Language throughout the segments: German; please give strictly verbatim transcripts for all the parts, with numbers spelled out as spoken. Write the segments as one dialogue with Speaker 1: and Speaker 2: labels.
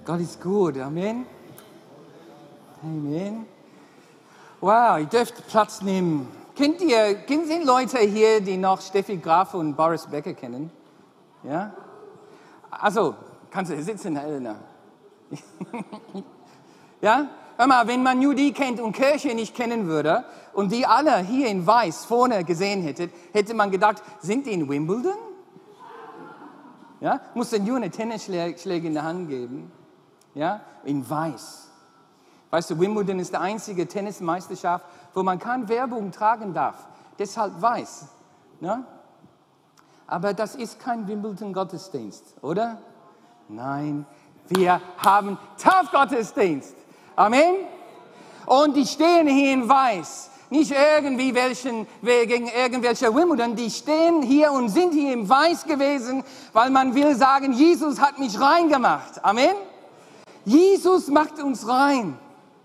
Speaker 1: Gott ist gut, Amen. Amen. Wow, ihr dürft Platz nehmen. Kennt ihr, kennt ihr Leute hier, die noch Steffi Graf und Boris Becker kennen? Ja? Also, kannst du sitzen, Helena? Ja? Hör mal, wenn man nur die kennt und Kirche nicht kennen würde und die alle hier in Weiß vorne gesehen hätte, hätte man gedacht, sind die in Wimbledon? Ja? Muss dann nur eine Tennisschläge in der Hand geben. Ja? In Weiß. Weißt du, Wimbledon ist die einzige Tennismeisterschaft, wo man keine Werbung tragen darf. Deshalb Weiß. Ne? Aber das ist kein Wimbledon-Gottesdienst, oder? Nein, wir haben Taufgottesdienst. Amen. Und die stehen hier in Weiß. Nicht irgendwie welchen, wegen irgendwelcher Wimbledon. Die stehen hier und sind hier in Weiß gewesen, weil man will sagen, Jesus hat mich rein gemacht. Amen. Jesus macht uns rein.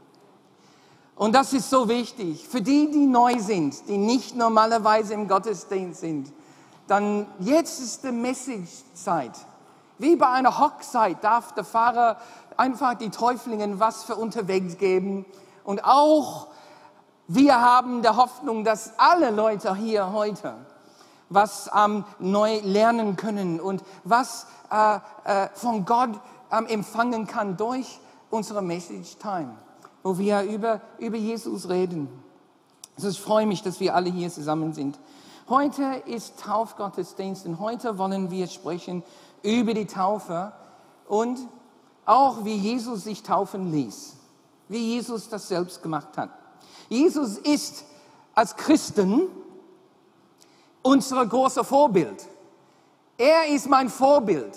Speaker 1: Und das ist so wichtig. Für die, die neu sind, die nicht normalerweise im Gottesdienst sind, dann jetzt ist die Messagezeit. Wie bei einer Hochzeit darf der Pfarrer einfach die Täuflingen was für unterwegs geben. Und auch wir haben die Hoffnung, dass alle Leute hier heute was ähm, neu lernen können und was äh, äh, von Gott ähm, empfangen kann durch unsere Message Time, wo wir über, über Jesus reden. Also ich freue mich, dass wir alle hier zusammen sind. Heute ist Taufgottesdienst und heute wollen wir sprechen über die Taufe und auch wie Jesus sich taufen ließ, wie Jesus das selbst gemacht hat. Jesus ist als Christen unser großer Vorbild. Er ist mein Vorbild.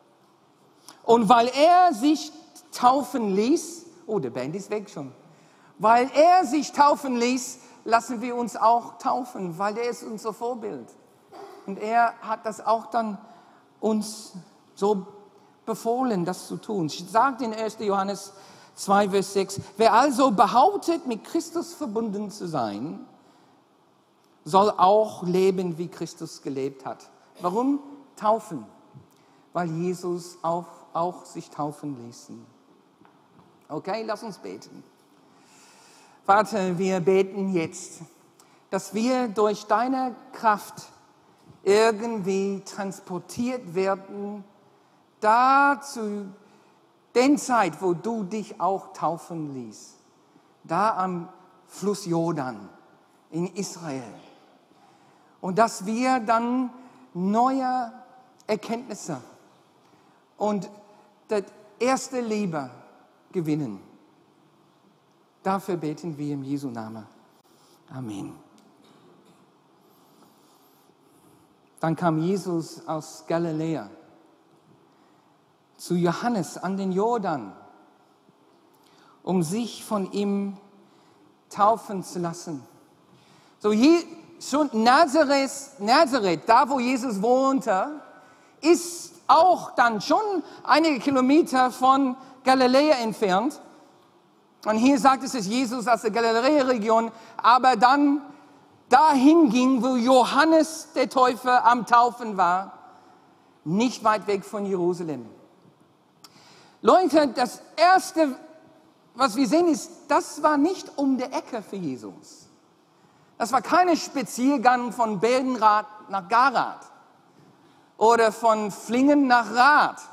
Speaker 1: Und weil er sich taufen ließ, oh, der Band ist weg schon. Weil er sich taufen ließ, lassen wir uns auch taufen, weil er ist unser Vorbild. Und er hat das auch dann uns so befohlen, das zu tun. Es sagt in erster Johannes zwei, Vers sechs, wer also behauptet, mit Christus verbunden zu sein, soll auch leben, wie Christus gelebt hat. Warum? Taufen. Weil Jesus auch, auch sich taufen ließ. Okay, lass uns beten. Vater, wir beten jetzt, dass wir durch deine Kraft irgendwie transportiert werden, da zu der Zeit, wo du dich auch taufen ließ, da am Fluss Jordan in Israel. Und dass wir dann neue Erkenntnisse und das erste Liebe gewinnen. Dafür beten wir im Jesu Namen. Amen. Dann kam Jesus aus Galiläa zu Johannes an den Jordan, um sich von ihm taufen zu lassen. So hier, schon Nazareth, Nazareth, da wo Jesus wohnte, ist auch dann schon einige Kilometer von Galiläa entfernt. Und hier sagt es, dass Jesus aus der Galiläa-Region, aber dann dahin ging, wo Johannes der Täufer am Taufen war, nicht weit weg von Jerusalem. Leute, das Erste, was wir sehen, ist, das war nicht um die Ecke für Jesus. Das war kein Spaziergang von Beldenrath nach Garath oder von Flingen nach Rath.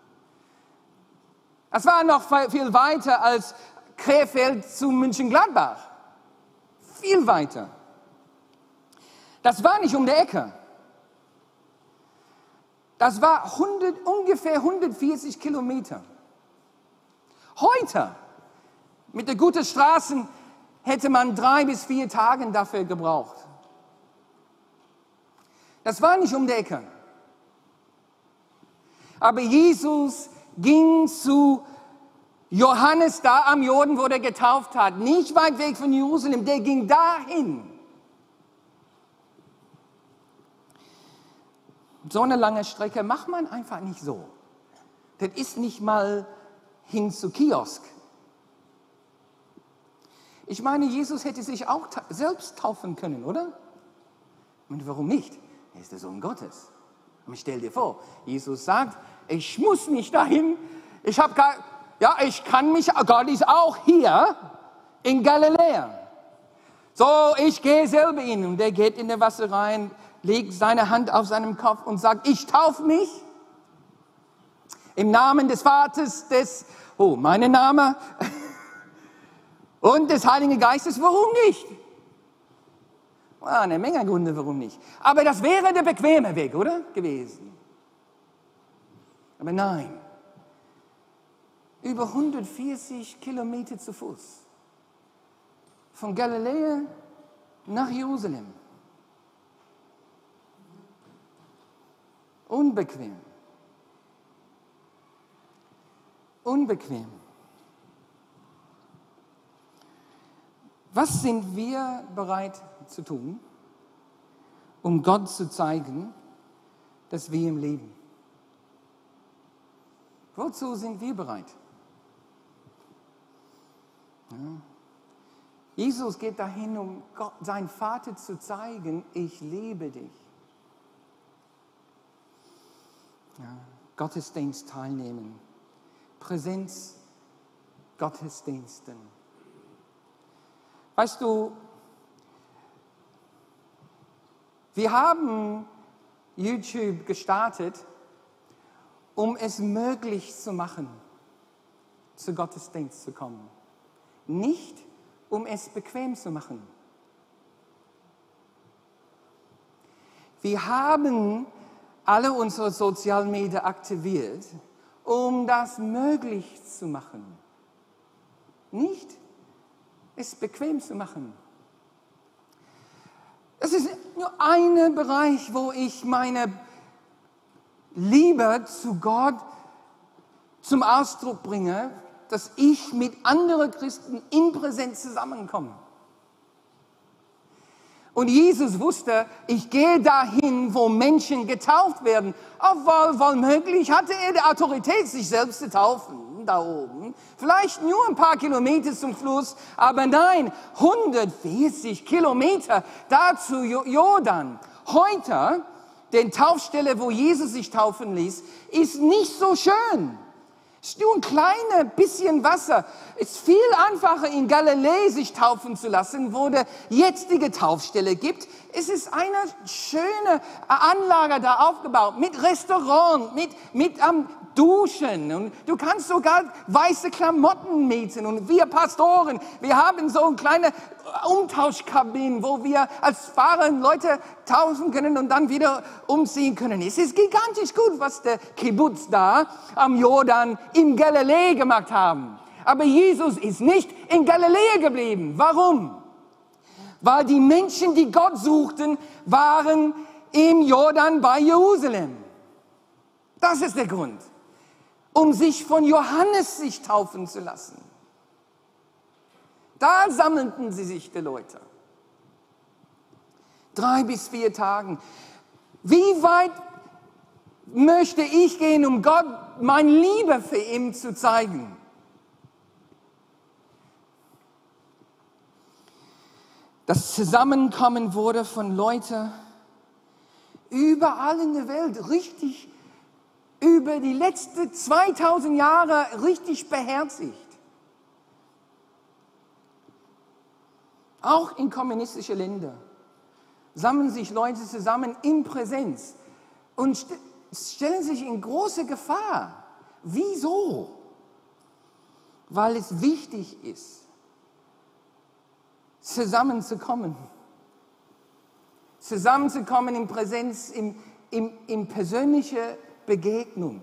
Speaker 1: Das war noch viel weiter als Krefeld zu Mönchengladbach. Viel weiter. Das war nicht um die Ecke. Das war hundert, ungefähr hundertvierzig Kilometer. Heute, mit den guten Straßen, hätte man drei bis vier Tage dafür gebraucht. Das war nicht um die Ecke. Aber Jesus ging zu Johannes da am Jordan, wo er getauft hat. Nicht weit weg von Jerusalem, der ging dahin. So eine lange Strecke macht man einfach nicht so. Das ist nicht mal hin zu Kiosk. Ich meine, Jesus hätte sich auch ta- selbst taufen können, oder? Und warum nicht? Er ist der Sohn Gottes. Und stell dir vor, Jesus sagt, ich muss nicht dahin, ich habe gar, ja, ich kann mich, Gott ist auch hier in Galiläa. So, ich gehe selber hin. Und der geht in das Wasser rein, legt seine Hand auf seinem Kopf und sagt, ich taufe mich im Namen des Vaters, des, oh, mein Name, und des Heiligen Geistes. Warum nicht? Ah, eine Menge Gründe, warum nicht. Aber das wäre der bequeme Weg, oder? Gewesen. Aber nein. Über hundertvierzig Kilometer zu Fuß. Von Galiläa nach Jerusalem. Unbequem. Unbequem. Was sind wir bereit zu tun, um Gott zu zeigen, dass wir ihm lieben? Wozu sind wir bereit? Ja. Jesus geht dahin, um Gott, seinen Vater zu zeigen, ich liebe dich. Ja. Gottesdienst teilnehmen, Präsenz, Gottesdiensten. Weißt du, wir haben YouTube gestartet, um es möglich zu machen, zu Gottesdienst zu kommen. Nicht, um es bequem zu machen. Wir haben alle unsere sozialen Medien aktiviert, um das möglich zu machen. Nicht, es bequem zu machen. Es ist nur ein Bereich, wo ich meine Liebe zu Gott zum Ausdruck bringe, dass ich mit anderen Christen in Präsenz zusammenkomme. Und Jesus wusste, ich gehe dahin, wo Menschen getauft werden. Obwohl, womöglich hatte er die Autorität, sich selbst zu taufen, da oben. Vielleicht nur ein paar Kilometer zum Fluss, aber nein, hundertvierzig Kilometer da zu Jordan. Heute, die Taufstelle, wo Jesus sich taufen ließ, ist nicht so schön. Es ist nur ein kleines bisschen Wasser. Es ist viel einfacher, in Galiläa sich taufen zu lassen, wo die jetzige Taufstelle gibt. Es ist eine schöne Anlage da aufgebaut, mit Restaurant, mit, mit am Duschen. Und du kannst sogar weiße Klamotten mieten. Und wir Pastoren, wir haben so eine kleine Umtauschkabine, wo wir als Fahrer Leute taufen können und dann wieder umziehen können. Es ist gigantisch gut, was der Kibbutz da am Jordan in Galiläa gemacht haben. Aber Jesus ist nicht in Galiläa geblieben. Warum? Weil die Menschen, die Gott suchten, waren im Jordan bei Jerusalem. Das ist der Grund. Um sich von Johannes sich taufen zu lassen. Da sammelten sie sich die Leute. Drei bis vier Tagen. Wie weit möchte ich gehen, um Gott meine Liebe für ihn zu zeigen? Das Zusammenkommen wurde von Leuten überall in der Welt richtig über die letzten zweitausend Jahre richtig beherzigt. Auch in kommunistischen Ländern sammeln sich Leute zusammen in Präsenz und st- stellen sich in große Gefahr. Wieso? Weil es wichtig ist, zusammenzukommen. Zusammenzukommen in Präsenz, in, in, in persönliche Begegnung.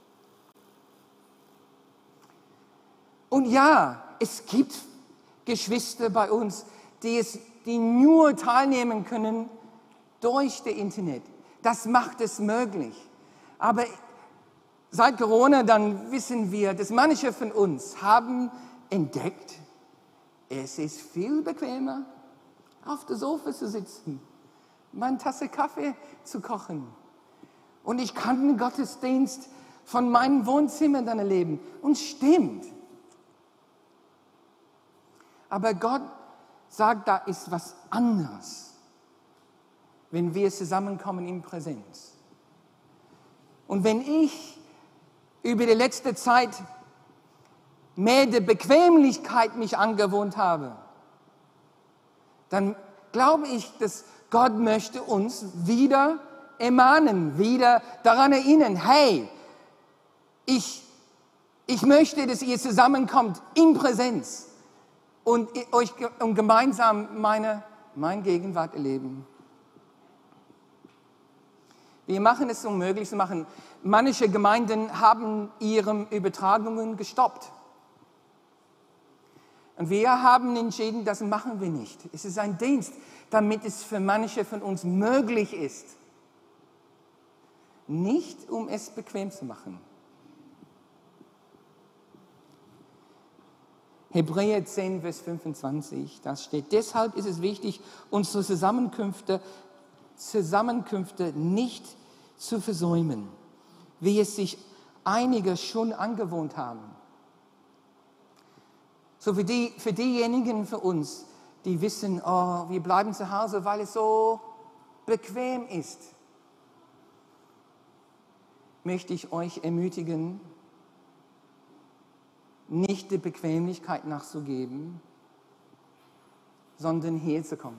Speaker 1: Und ja, es gibt Geschwister bei uns, die, es, die nur teilnehmen können durch das Internet. Das macht es möglich. Aber seit Corona, dann wissen wir, dass manche von uns haben entdeckt, es ist viel bequemer, auf dem Sofa zu sitzen, meine Tasse Kaffee zu kochen. Und ich kann den Gottesdienst von meinem Wohnzimmer dann erleben. Und stimmt. Aber Gott sagt, da ist was anderes, wenn wir zusammenkommen in Präsenz. Und wenn ich über die letzte Zeit mehr der Bequemlichkeit mich angewohnt habe, dann glaube ich, dass Gott möchte uns wieder ermahnen, wieder daran erinnern, hey, ich, ich möchte, dass ihr zusammenkommt in Präsenz und euch und gemeinsam meine, meine Gegenwart erleben. Wir machen es unmöglich zu machen. Manche Gemeinden haben ihre Übertragungen gestoppt. Und wir haben entschieden, das machen wir nicht. Es ist ein Dienst, damit es für manche von uns möglich ist. Nicht, um es bequem zu machen. Hebräer zehn, Vers fünfundzwanzig, das steht. Deshalb ist es wichtig, unsere Zusammenkünfte, Zusammenkünfte nicht zu versäumen, wie es sich einige schon angewohnt haben. So für, die, für diejenigen von uns, die wissen, oh, wir bleiben zu Hause, weil es so bequem ist, möchte ich euch ermutigen, nicht der Bequemlichkeit nachzugeben, sondern herzukommen.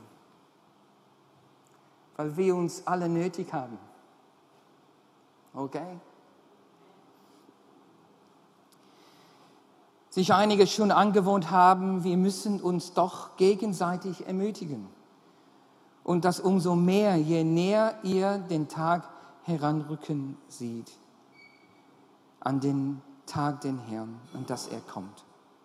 Speaker 1: Weil wir uns alle nötig haben. Okay? Sich einige schon angewohnt haben, wir müssen uns doch gegenseitig ermutigen. Und das umso mehr, je näher ihr den Tag heranrücken seht, an den Tag den Herrn und dass er kommt.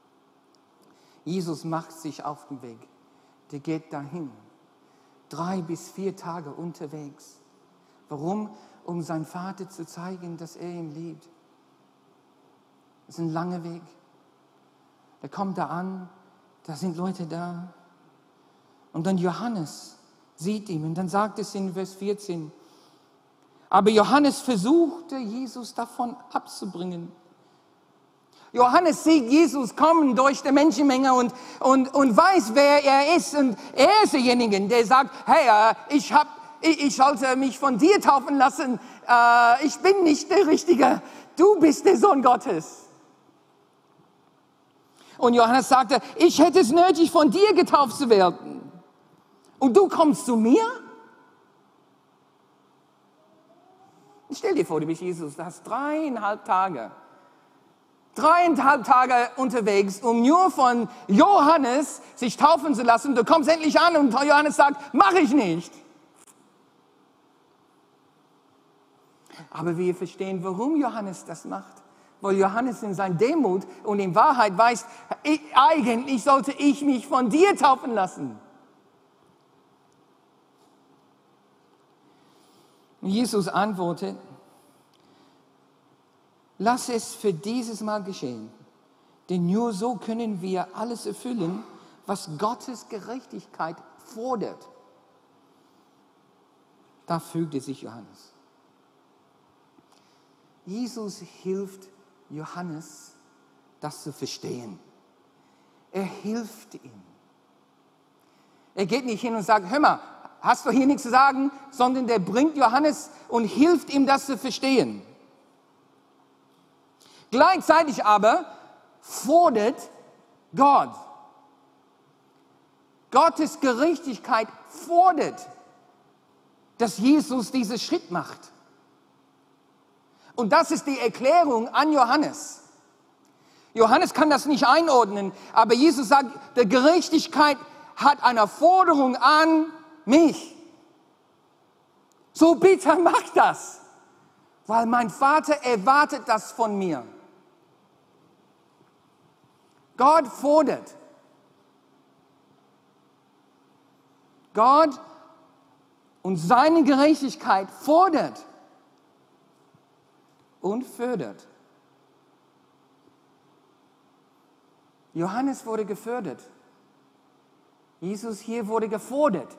Speaker 1: Jesus macht sich auf den Weg. Der geht dahin. Drei bis vier Tage unterwegs. Warum? Um seinem Vater zu zeigen, dass er ihn liebt. Das ist ein langer Weg. Er kommt da an, da sind Leute da. Und dann Johannes sieht ihn und dann sagt es in Vers vierzehn, aber Johannes versuchte, Jesus davon abzubringen. Johannes sieht Jesus kommen durch die Menschenmenge und, und, und weiß, wer er ist. Und er ist derjenige, der sagt, hey, äh, ich, hab, ich, ich sollte mich von dir taufen lassen. Äh, ich bin nicht der Richtige. Du bist der Sohn Gottes. Und Johannes sagte, ich hätte es nötig, von dir getauft zu werden. Und du kommst zu mir? Stell dir vor, du bist Jesus, du hast dreieinhalb Tage. Dreieinhalb Tage unterwegs, um nur von Johannes sich taufen zu lassen. Du kommst endlich an und Johannes sagt, mach ich nicht. Aber wir verstehen, warum Johannes das macht. Weil Johannes in seiner Demut und in Wahrheit weiß, ich, eigentlich sollte ich mich von dir taufen lassen. Und Jesus antwortet, lass es für dieses Mal geschehen, denn nur so können wir alles erfüllen, was Gottes Gerechtigkeit fordert. Da fügte sich Johannes. Jesus hilft Johannes, das zu verstehen. Er hilft ihm. Er geht nicht hin und sagt, hör mal, hast du hier nichts zu sagen? Sondern der bringt Johannes und hilft ihm, das zu verstehen. Gleichzeitig aber fordert Gott. Gottes Gerechtigkeit fordert, dass Jesus diesen Schritt macht. Und das ist die Erklärung an Johannes. Johannes kann das nicht einordnen, aber Jesus sagt, die Gerechtigkeit hat eine Forderung an mich. So bitte mach das, weil mein Vater erwartet das von mir. Gott fordert. Gott und seine Gerechtigkeit fordert und fördert. Johannes wurde gefördert. Jesus hier wurde gefordert.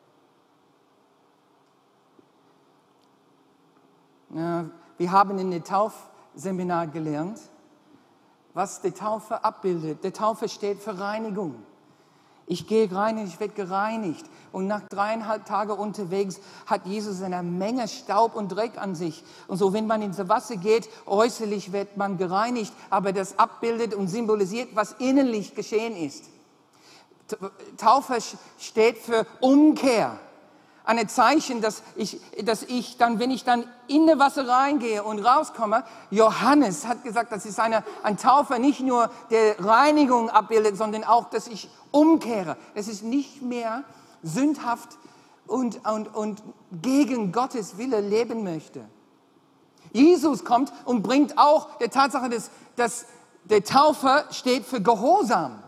Speaker 1: Ja, wir haben in der Taufseminar gelernt, was die Taufe abbildet. Die Taufe steht für Reinigung. Ich gehe rein und ich werde gereinigt. Und nach dreieinhalb Tagen unterwegs hat Jesus eine Menge Staub und Dreck an sich. Und so, wenn man ins Wasser geht, äußerlich wird man gereinigt, aber das abbildet und symbolisiert, was innerlich geschehen ist. Taufe steht für Umkehr. Ein Zeichen, dass ich, dass ich dann, wenn ich dann in das Wasser reingehe und rauskomme, Johannes hat gesagt, das ist eine, ein Taufe nicht nur der Reinigung abbildet, sondern auch, dass ich umkehre. Das ist nicht mehr sündhaft und, und, und gegen Gottes Wille leben möchte. Jesus kommt und bringt auch die Tatsache, dass, dass der Taufe steht für Gehorsam.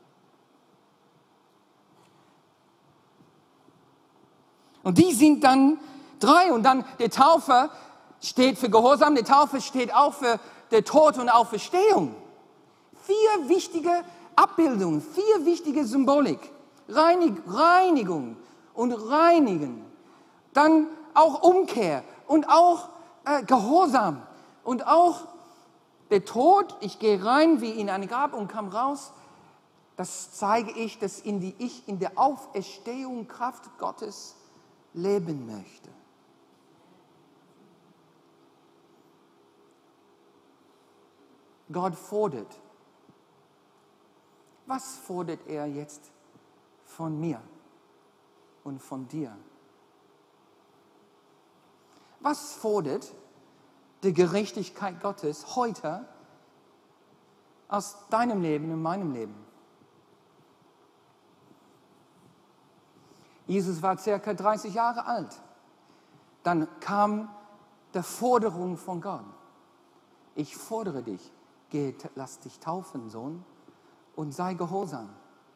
Speaker 1: Und die sind dann drei. Und dann die Taufe steht für Gehorsam. Die Taufe steht auch für den Tod und Auferstehung. Vier wichtige Abbildungen, vier wichtige Symbolik. Reinig, Reinigung und Reinigen. Dann auch Umkehr und auch äh, Gehorsam. Und auch der Tod, ich gehe rein wie in ein Grab und kam raus. Das zeige ich, dass in die, ich in der Auferstehung Kraft Gottes leben möchte. Gott fordert. Was fordert er jetzt von mir und von dir? Was fordert die Gerechtigkeit Gottes heute aus deinem Leben und meinem Leben? Jesus war circa dreißig Jahre alt. Dann kam die Forderung von Gott. Ich fordere dich, geh, lass dich taufen, Sohn, und sei gehorsam.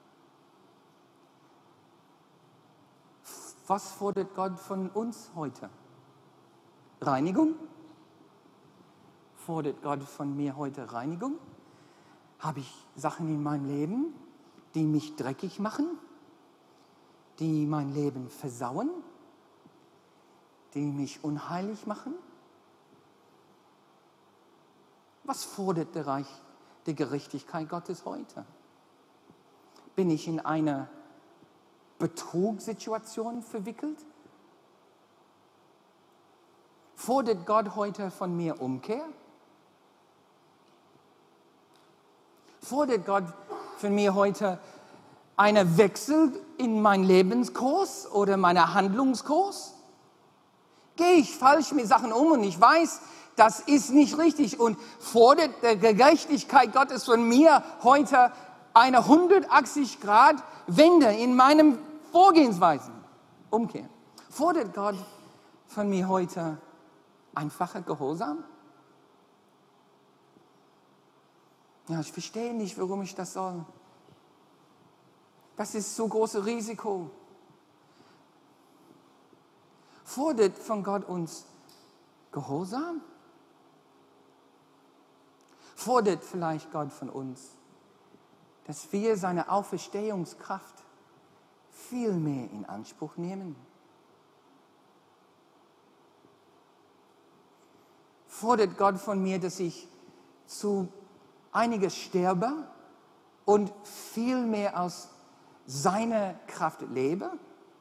Speaker 1: Was fordert Gott von uns heute? Reinigung? Fordert Gott von mir heute Reinigung? Habe ich Sachen in meinem Leben, die mich dreckig machen? Die mein Leben versauen, die mich unheilig machen? Was fordert der Reich der Gerechtigkeit Gottes heute? Bin ich in eine Betrugssituation verwickelt? Fordert Gott heute von mir Umkehr? Fordert Gott von mir heute einen Wechsel in meinen Lebenskurs oder meinen Handlungskurs? Gehe ich falsch mit Sachen um und ich weiß, das ist nicht richtig und fordert die Gerechtigkeit Gottes von mir heute eine hundertachtzig Grad Wende in meinen Vorgehensweisen? Umkehr. Fordert Gott von mir heute einfacher Gehorsam? Ja, ich verstehe nicht, warum ich das soll. Das ist so großes Risiko. Fordert von Gott uns Gehorsam? Fordert vielleicht Gott von uns, dass wir seine Auferstehungskraft viel mehr in Anspruch nehmen? Fordert Gott von mir, dass ich zu einiges sterbe und viel mehr aus seiner Kraft lebe?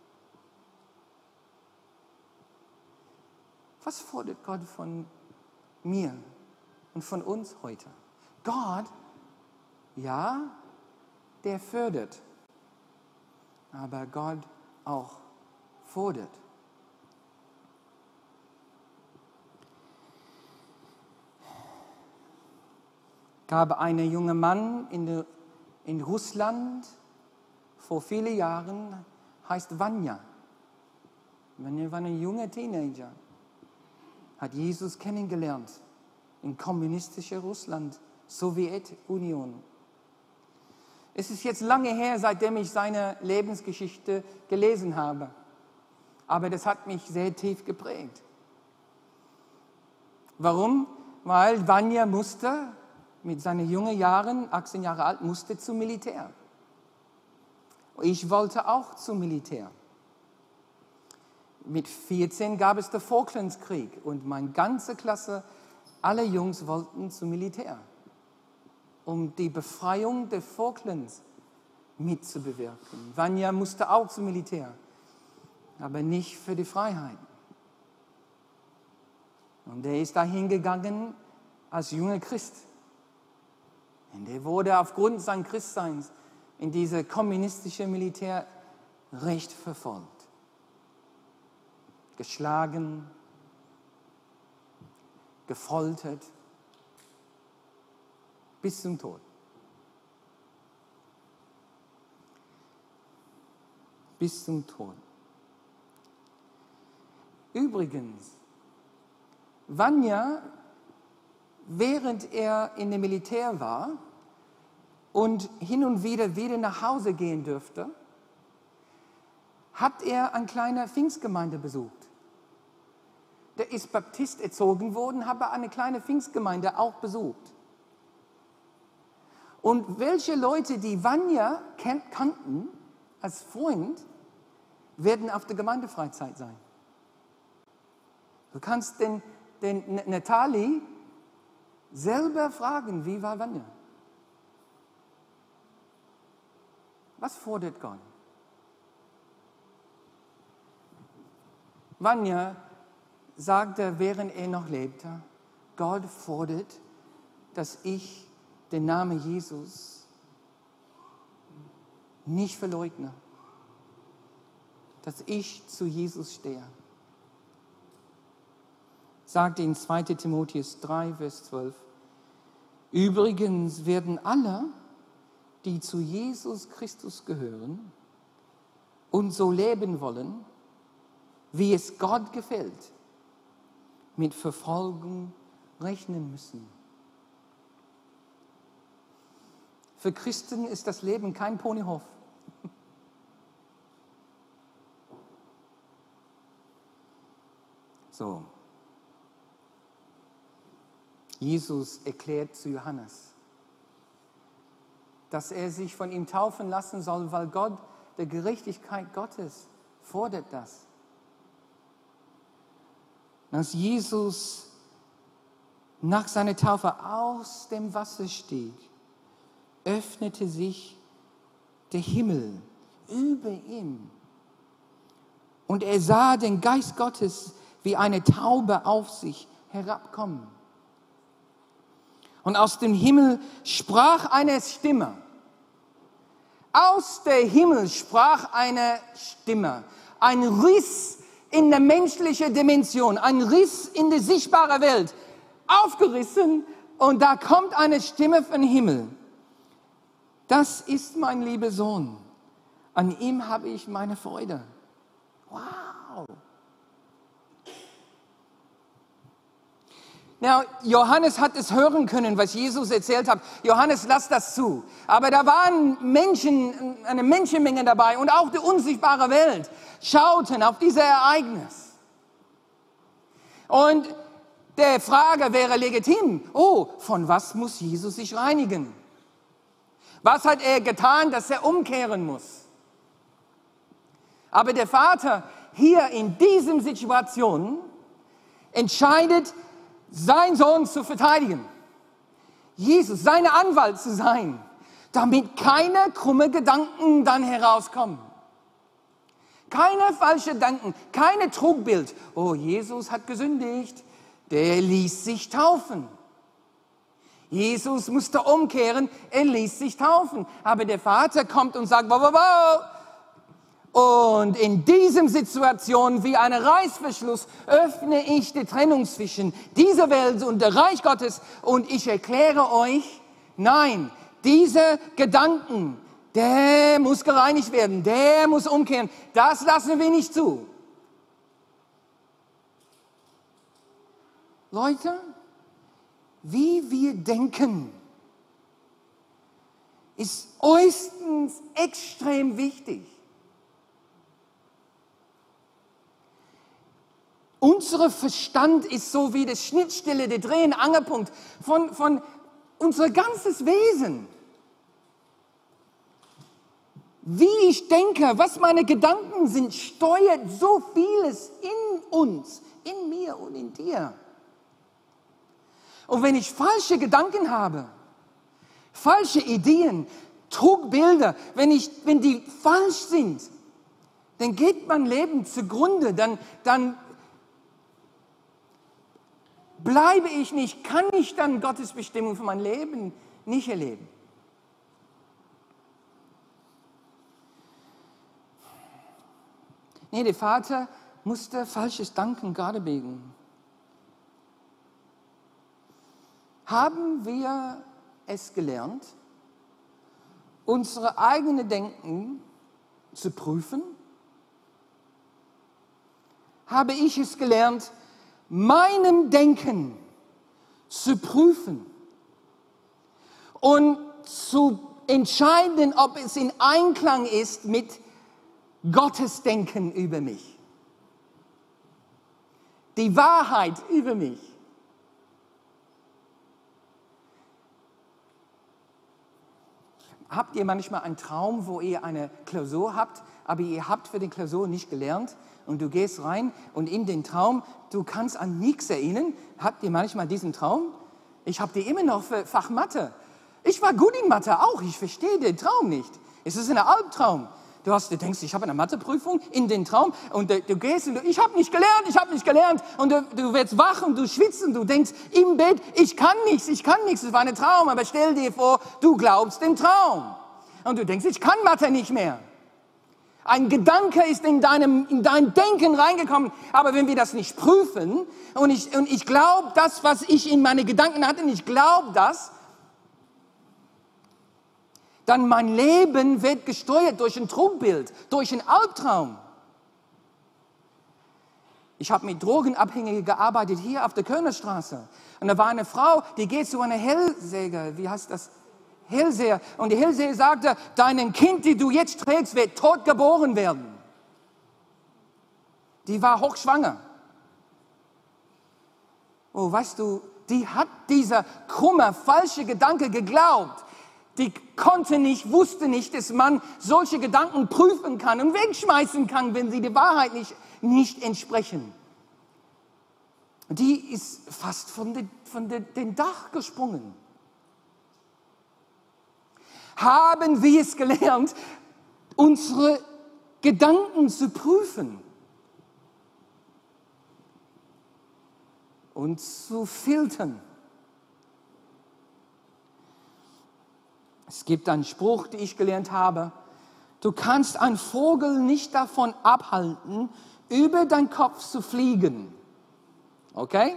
Speaker 1: Was fordert Gott von mir und von uns heute? Gott, ja, der fördert, aber Gott auch fordert. Gab einen jungen Mann in, der, in Russland vor vielen Jahren, heißt Vanya. Vanya war ein junger Teenager, hat Jesus kennengelernt in kommunistischer Russland, Sowjetunion. Es ist jetzt lange her, seitdem ich seine Lebensgeschichte gelesen habe, aber das hat mich sehr tief geprägt. Warum? Weil Vanya musste mit seinen jungen Jahren, achtzehn Jahre alt, musste zum Militär. Ich wollte auch zum Militär. Mit vierzehn gab es den Falklandskrieg und meine ganze Klasse, alle Jungs wollten zum Militär, um die Befreiung der Falklands mitzubewirken. Vanya musste auch zum Militär, aber nicht für die Freiheit. Und er ist dahin gegangen als junger Christ. Und er wurde aufgrund seines Christseins in diese kommunistische Militär recht verfolgt. Geschlagen, gefoltert, bis zum Tod. Bis zum Tod. Übrigens, Vanya, während er in dem Militär war und hin und wieder wieder nach Hause gehen durfte, hat er eine kleine Pfingstgemeinde besucht. Der ist Baptist erzogen worden, habe eine kleine Pfingstgemeinde auch besucht. Und welche Leute, die Vanya kannten als Freund, werden auf der Gemeindefreizeit sein. Du kannst den, den Nathalie selber fragen, wie war Vanya? Was fordert Gott? Vanya sagte, während er noch lebte, Gott fordert, dass ich den Namen Jesus nicht verleugne, dass ich zu Jesus stehe. Sagte in zweiter Timotheus drei, Vers zwölf, übrigens werden alle, die zu Jesus Christus gehören und so leben wollen, wie es Gott gefällt, mit Verfolgung rechnen müssen. Für Christen ist das Leben kein Ponyhof. So. Jesus erklärt zu Johannes, dass er sich von ihm taufen lassen soll, weil Gott, der Gerechtigkeit Gottes, fordert das. Als Jesus nach seiner Taufe aus dem Wasser stieg, öffnete sich der Himmel über ihm. Und er sah den Geist Gottes wie eine Taube auf sich herabkommen. Und aus dem Himmel sprach eine Stimme. Aus dem Himmel sprach eine Stimme. Ein Riss in der menschlichen Dimension, ein Riss in die sichtbare Welt, aufgerissen, und da kommt eine Stimme vom Himmel. Das ist mein lieber Sohn, an ihm habe ich meine Freude. Wow! Now, Johannes hat es hören können, was Jesus erzählt hat. Johannes, lass das zu. Aber da waren Menschen, eine Menschenmenge dabei und auch die unsichtbare Welt schauten auf dieses Ereignis. Und der Frage wäre legitim, oh, von was muss Jesus sich reinigen? Was hat er getan, dass er umkehren muss? Aber der Vater hier in dieser Situation entscheidet, seinen Sohn zu verteidigen. Jesus, seine Anwalt zu sein, damit keine krummen Gedanken dann herauskommen. Keine falschen Gedanken, keine Trugbild. Oh, Jesus hat gesündigt, der ließ sich taufen. Jesus musste umkehren, er ließ sich taufen. Aber der Vater kommt und sagt, wow, wow, wow. Und in diesem Situation, wie ein Reißverschluss, öffne ich die Trennung zwischen dieser Welt und dem Reich Gottes und ich erkläre euch, nein, diese Gedanken, der muss gereinigt werden, der muss umkehren, das lassen wir nicht zu. Leute, wie wir denken, ist äußerst extrem wichtig. Unser Verstand ist so wie die Schnittstelle, der Dreh- und Angelpunkt von, von unser ganzes Wesen. Wie ich denke, was meine Gedanken sind, steuert so vieles in uns, in mir und in dir. Und wenn ich falsche Gedanken habe, falsche Ideen, Trugbilder, wenn, ich, wenn die falsch sind, dann geht mein Leben zugrunde, dann, dann bleibe ich nicht, kann ich dann Gottes Bestimmung für mein Leben nicht erleben. Nee, der Vater musste falsches Denken gerade biegen. Haben wir es gelernt, unsere eigene Denken zu prüfen? Habe ich es gelernt, meinem Denken zu prüfen und zu entscheiden, ob es in Einklang ist mit Gottes Denken über mich? Die Wahrheit über mich. Habt ihr manchmal einen Traum, wo ihr eine Klausur habt, aber ihr habt für die Klausur nicht gelernt und du gehst rein und in den Traum, du kannst an nichts erinnern? Habt ihr manchmal diesen Traum? Ich habe die immer noch für Fach Mathe. Ich war gut in Mathe auch, ich verstehe den Traum nicht. Es ist ein Albtraum. Du, hast, du denkst, ich habe eine Matheprüfung in den Traum und du, du gehst und du, ich habe nicht gelernt, ich habe nicht gelernt und du, du wirst wach und du schwitzt und du denkst im Bett, ich kann nichts, ich kann nichts, es war ein Traum, aber stell dir vor, du glaubst den Traum und du denkst, ich kann Mathe nicht mehr. Ein Gedanke ist in, deinem, in dein Denken reingekommen, aber wenn wir das nicht prüfen und ich, und ich glaube das, was ich in meine Gedanken hatte, und ich glaube das, dann mein Leben wird gesteuert durch ein Trugbild, durch ein Albtraum. Ich habe mit Drogenabhängigen gearbeitet hier auf der Kölnerstraße. Und da war eine Frau, die geht zu einer Hellseher, wie heißt das? Hellseher. Und die Hellseher sagte, dein Kind, die du jetzt trägst, wird tot geboren werden. Die war hochschwanger. Oh, weißt du, die hat dieser krumme, falsche Gedanke geglaubt. Die konnte nicht, wusste nicht, dass man solche Gedanken prüfen kann und wegschmeißen kann, wenn sie der Wahrheit nicht, nicht entsprechen. Die ist fast von, de, von de, dem Dach gesprungen. Haben wir es gelernt, unsere Gedanken zu prüfen und zu filtern? Es gibt einen Spruch, den ich gelernt habe. Du kannst einen Vogel nicht davon abhalten, über deinen Kopf zu fliegen. Okay?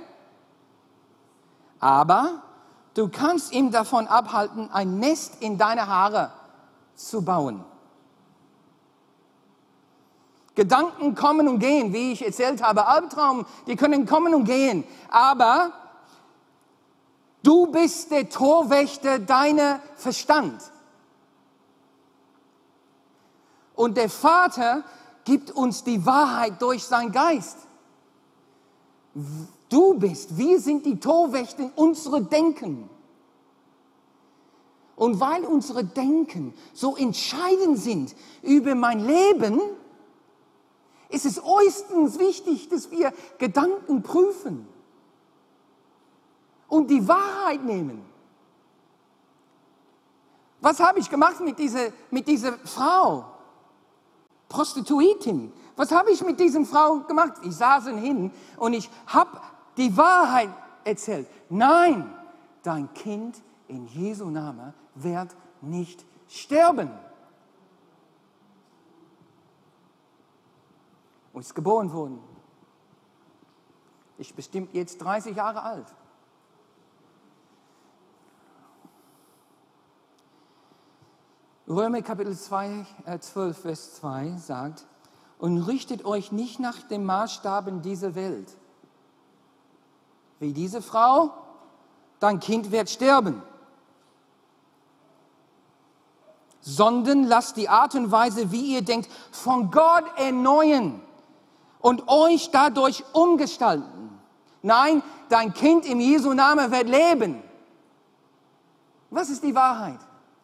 Speaker 1: Aber du kannst ihn davon abhalten, ein Nest in deine Haare zu bauen. Gedanken kommen und gehen, wie ich erzählt habe. Albtraum, die können kommen und gehen. Aber du bist der Torwächter deiner Verstand. Und der Vater gibt uns die Wahrheit durch seinen Geist. Du bist, wir sind die Torwächter unserer Denken. Und weil unsere Denken so entscheidend sind über mein Leben, ist es äußerst wichtig, dass wir Gedanken prüfen und die Wahrheit nehmen. Was habe ich gemacht mit dieser, mit dieser Frau? Prostituitin. Was habe ich mit dieser Frau gemacht? Ich saß hin und ich habe die Wahrheit erzählt. Nein, dein Kind in Jesu Namen wird nicht sterben. Und ist geboren worden. Ich bin bestimmt jetzt dreißig Jahre alt. Römer Kapitel zwei, äh, zwölf, Vers zwei sagt, und richtet euch nicht nach den Maßstaben dieser Welt. Wie diese Frau, dein Kind wird sterben. Sondern lasst die Art und Weise, wie ihr denkt, von Gott erneuern und euch dadurch umgestalten. Nein, dein Kind im Jesu Namen wird leben. Was ist die Wahrheit?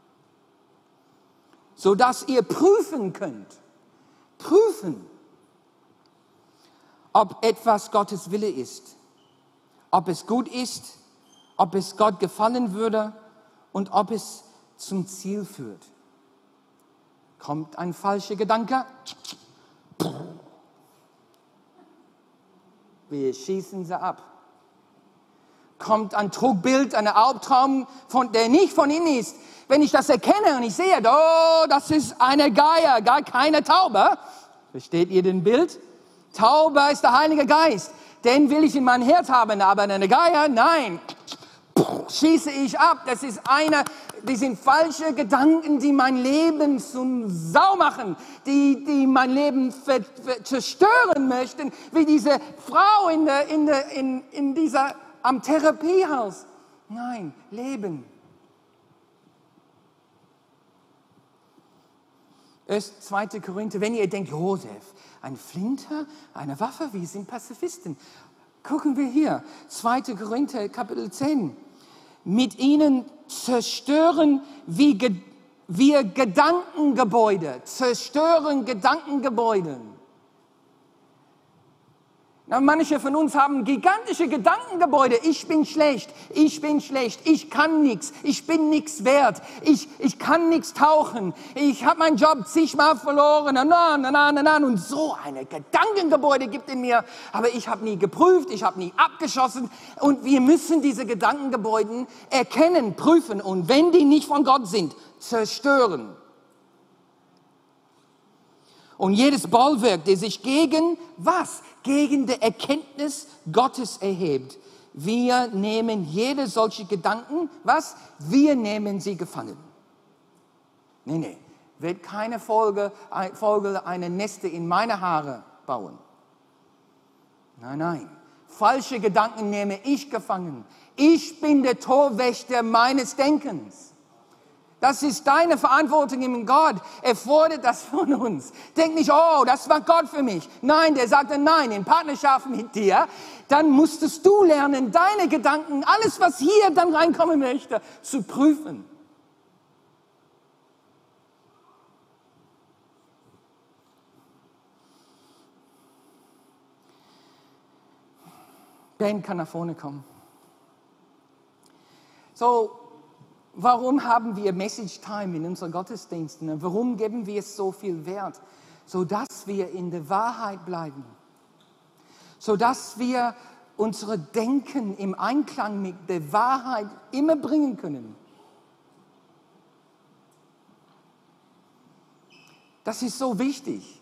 Speaker 1: Sodass ihr prüfen könnt, prüfen, ob etwas Gottes Wille ist, ob es gut ist, ob es Gott gefallen würde und ob es zum Ziel führt. Kommt ein falscher Gedanke. Wir schießen sie ab. Kommt ein Trugbild, ein Albtraum, von, der nicht von ihnen ist. Wenn ich das erkenne und ich sehe, oh, das ist eine Geier, gar keine Taube. Versteht ihr den Bild? Taube ist der Heilige Geist. Den will ich in mein Herz haben, aber eine Geier, nein. Schieße ich ab. Das ist eine, die sind falsche Gedanken, die mein Leben zum Sau machen, die, die mein Leben ver, ver, zerstören möchten, wie diese Frau in, der, in, der, in, in dieser, am Therapiehaus. Nein, Leben. Erst zweite Korinther, wenn ihr denkt, Josef, ein Flinter, eine Waffe, wir sind Pazifisten. Gucken wir hier, zweite Korinther, Kapitel zehn. Mit ihnen zerstören wir, wir Gedankengebäude, zerstören Gedankengebäude. Na, manche von uns haben gigantische Gedankengebäude. Ich bin schlecht, ich bin schlecht, ich kann nichts, ich bin nichts wert, ich, ich kann nichts tauchen, ich habe meinen Job zigmal verloren, na, na, na, na, na. Und so eine Gedankengebäude gibt in mir, aber ich habe nie geprüft, ich habe nie abgeschossen. Und wir müssen diese Gedankengebäude erkennen, prüfen und wenn die nicht von Gott sind, zerstören. Und jedes Bollwerk, der sich gegen was? Gegen die Erkenntnis Gottes erhebt. Wir nehmen jede solche Gedanken, was? Wir nehmen sie gefangen. Nee, nee, wird keine Folge, Folge eine Neste in meine Haare bauen. Nein, nein. Falsche Gedanken nehme ich gefangen. Ich bin der Torwächter meines Denkens. Das ist deine Verantwortung in Gott. Er fordert das von uns. Denk nicht, oh, das war Gott für mich. Nein, der sagte nein, in Partnerschaft mit dir. Dann musstest du lernen, deine Gedanken, alles, was hier dann reinkommen möchte, zu prüfen. Ben kann nach vorne kommen. So, warum haben wir Message Time in unseren Gottesdiensten? Warum geben wir es so viel Wert? Sodass wir in der Wahrheit bleiben. Sodass wir unsere Denken im Einklang mit der Wahrheit immer bringen können. Das ist so wichtig.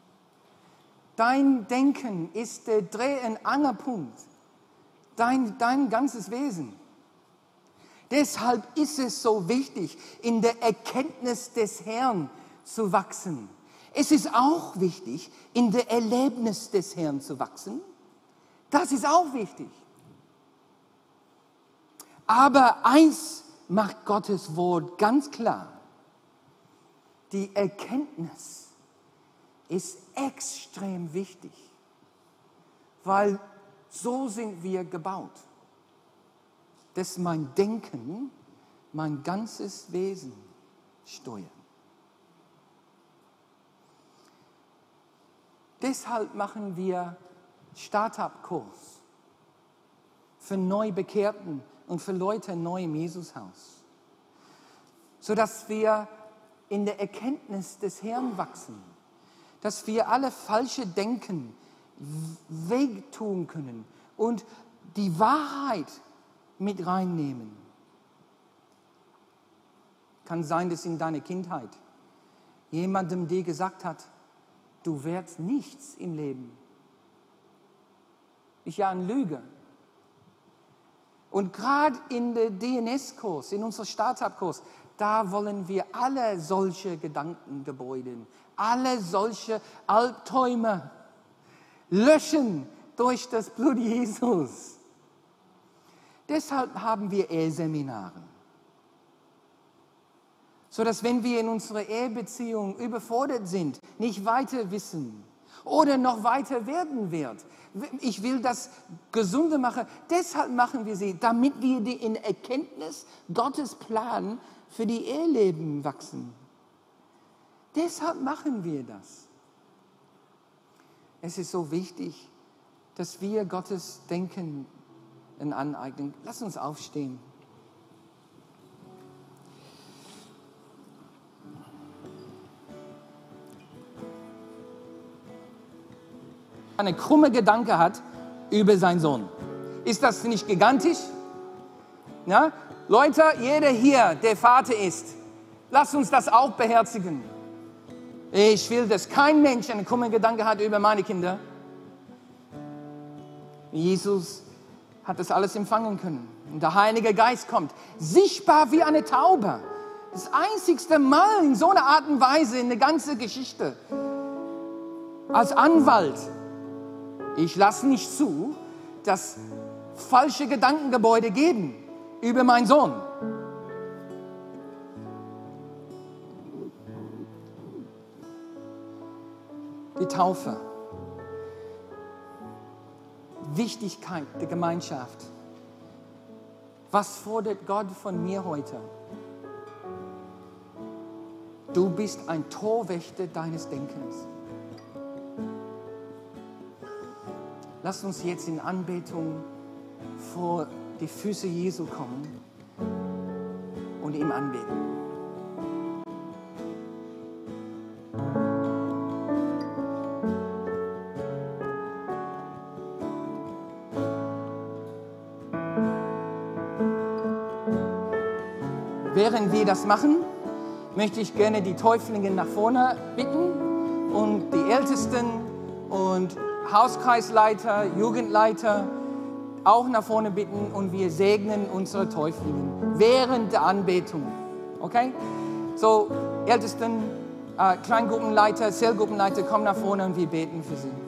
Speaker 1: Dein Denken ist der Dreh- und Angelpunkt. Dein, dein ganzes Wesen. Deshalb ist es so wichtig, in der Erkenntnis des Herrn zu wachsen. Es ist auch wichtig, in der Erlebnis des Herrn zu wachsen. Das ist auch wichtig. Aber eins macht Gottes Wort ganz klar. Die Erkenntnis ist extrem wichtig, weil so sind wir gebaut. Dass mein Denken, mein ganzes Wesen steuert. Deshalb machen wir Start-up-Kurs für Neubekehrten und für Leute neu im Jesushaus, sodass wir in der Erkenntnis des Herrn wachsen, dass wir alle falsche Denken wegtun können und die Wahrheit mit reinnehmen. Kann sein, dass in deiner Kindheit jemandem dir gesagt hat, du wirst nichts im Leben. Ist ja eine Lüge. Und gerade in der D N S-Kurs, in unserem Start-up-Kurs, da wollen wir alle solche Gedankengebäude, alle solche Albträume löschen durch das Blut Jesus. Deshalb haben wir Eheseminare. Sodass, wenn wir in unserer Ehebeziehung überfordert sind, nicht weiter wissen oder noch weiter werden wird. Ich will das gesunder machen. Deshalb machen wir sie, damit wir die in Erkenntnis Gottes Plan für die Eheleben wachsen. Deshalb machen wir das. Es ist so wichtig, dass wir Gottes Denken aneignen. Lass uns aufstehen. einen krummen Gedanke hat über seinen Sohn. Ist das nicht gigantisch? Ja? Leute, jeder hier, der Vater ist, lasst uns das auch beherzigen. Ich will, dass kein Mensch einen krummen Gedanke hat über meine Kinder. Jesus hat das alles empfangen können. Und der Heilige Geist kommt, sichtbar wie eine Taube. Das einzigste Mal in so einer Art und Weise in der ganzen Geschichte. Als Anwalt, ich lasse nicht zu, dass falsche Gedankengebäude geben über meinen Sohn. Die Taufe. Wichtigkeit der Gemeinschaft. Was fordert Gott von mir heute? Du bist ein Torwächter deines Denkens. Lass uns jetzt in Anbetung vor die Füße Jesu kommen und ihm anbeten. Während wir das machen, möchte ich gerne die Täuflinge nach vorne bitten und die Ältesten und Hauskreisleiter, Jugendleiter auch nach vorne bitten und wir segnen unsere Täuflinge während der Anbetung. Okay? So, Ältesten, äh, Kleingruppenleiter, Zellgruppenleiter, kommen nach vorne und wir beten für sie.